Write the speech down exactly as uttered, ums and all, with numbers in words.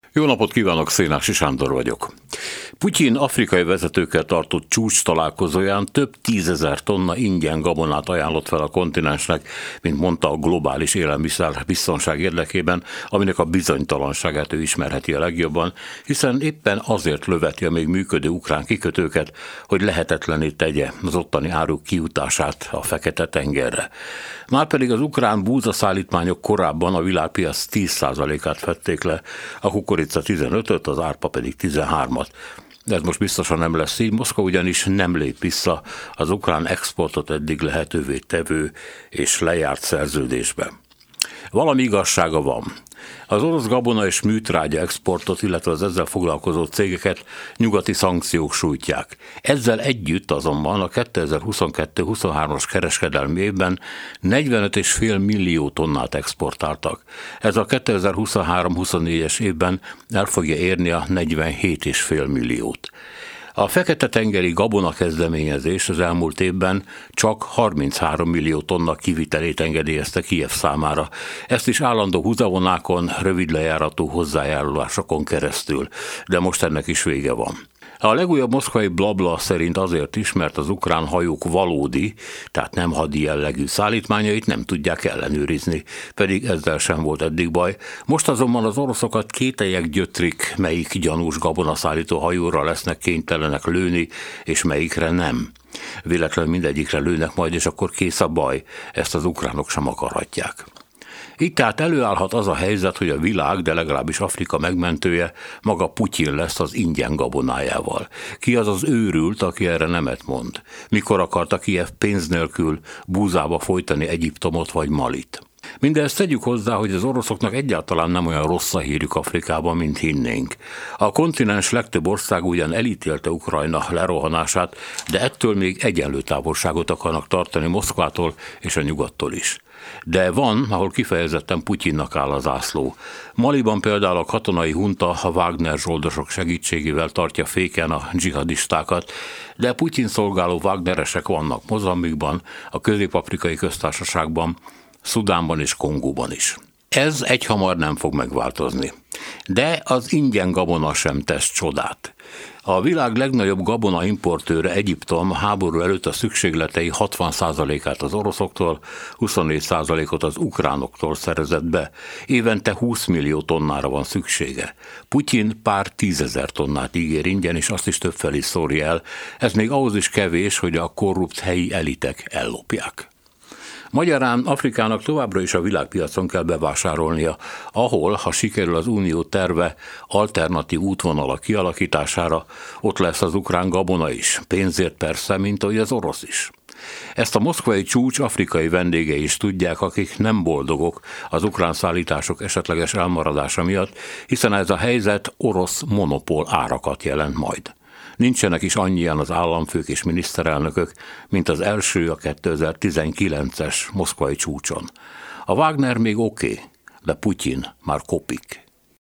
Jó napot kívánok, Szénási Sándor vagyok. Putyin afrikai vezetőkkel tartott csúcs találkozóján több tízezer tonna ingyen gabonát ajánlott fel a kontinensnek, mint mondta, a globális élelmiszer biztonság érdekében, aminek a bizonytalanságát ő ismerheti a legjobban, hiszen éppen azért löveti a még működő ukrán kikötőket, hogy lehetetlenné tegye az ottani áruk kijutását a Fekete-tengerre. Márpedig az ukrán búzaszállítmányok korábban a világpiac tíz százalékát fedték le, a kukorica tizenötöt, az árpa pedig tizenhármat. De ez most biztosan nem lesz így, Moszkva ugyanis nem lép vissza az ukrán exportot eddig lehetővé tevő és lejárt szerződésbe. Valami igazsága van. Az orosz gabona és műtrágya exportot, illetve az ezzel foglalkozó cégeket nyugati szankciók sújtják. Ezzel együtt azonban a kétezer-huszonkettő huszonhármas kereskedelmi évben negyvenöt egész öt millió tonnát exportáltak. Ez a kétezer-huszonhárom huszonnégyes évben el fogja érni a negyvenhét egész öt milliót. A Fekete-tengeri gabona kezdeményezés az elmúlt évben csak harminchárom millió tonna kivitelét engedélyezte Kijev számára. Ezt is állandó húzavonákon, rövid lejáratú hozzájárulásokon keresztül, de most ennek is vége van. A legújabb moszkvai blabla szerint azért is, mert az ukrán hajók valódi, tehát nem hadi jellegű szállítmányait nem tudják ellenőrizni, pedig ezzel sem volt eddig baj. Most azonban az oroszokat kételyek gyötrik, melyik gyanús gabonaszállító hajóra lesznek kénytelenek lőni, és melyikre nem. Véletlenül mindegyikre lőnek majd, és akkor kész a baj, ezt az ukránok sem akarhatják. Így tehát előállhat az a helyzet, hogy a világ, de legalábbis Afrika megmentője maga Putyin lesz az ingyen gabonájával. Ki az az őrült, aki erre nemet mond? Mikor akarta Kijev pénz nélkül búzába folytani Egyiptomot vagy Malit? Mindezt tegyük hozzá, hogy az oroszoknak egyáltalán nem olyan rossz a hírük Afrikában, mint hinnénk. A kontinens legtöbb ország ugyan elítélte Ukrajna lerohanását, de ettől még egyenlő távolságot akarnak tartani Moszkvától és a nyugattól is. De van, ahol kifejezetten Putyinnak áll a zászló. Maliban például a katonai hunta a Wagner zsoldosok segítségével tartja féken a dzsihadistákat, de Putyin szolgáló Wagneresek vannak Mozambikban, a Közép-afrikai Köztársaságban, Szudánban és Kongóban is. Ez egyhamar nem fog megváltozni. De az ingyen gabona sem tesz csodát. A világ legnagyobb gabona importőre, Egyiptom háború előtt a szükségletei hatvan százalékát az oroszoktól, huszonnégy százalékot az ukránoktól szerezett be. Évente húsz millió tonnára van szüksége. Putyin pár tízezer tonnát ígér ingyen, és azt is többfelé szórja el. Ez még ahhoz is kevés, hogy a korrupt helyi elitek ellopják. Magyarán Afrikának továbbra is a világpiacon kell bevásárolnia, ahol, ha sikerül az unió terve alternatív útvonala kialakítására, ott lesz az ukrán gabona is, pénzért persze, mint ahogy az orosz is. Ezt a moszkvai csúcs afrikai vendégei is tudják, akik nem boldogok az ukrán szállítások esetleges elmaradása miatt, hiszen ez a helyzet orosz monopól árakat jelent majd. Nincsenek is annyian az államfők és miniszterelnökök, mint az első a kétezer-tizenkilences moszkvai csúcson. A Wagner még oké, okay, de Putyin már kopik.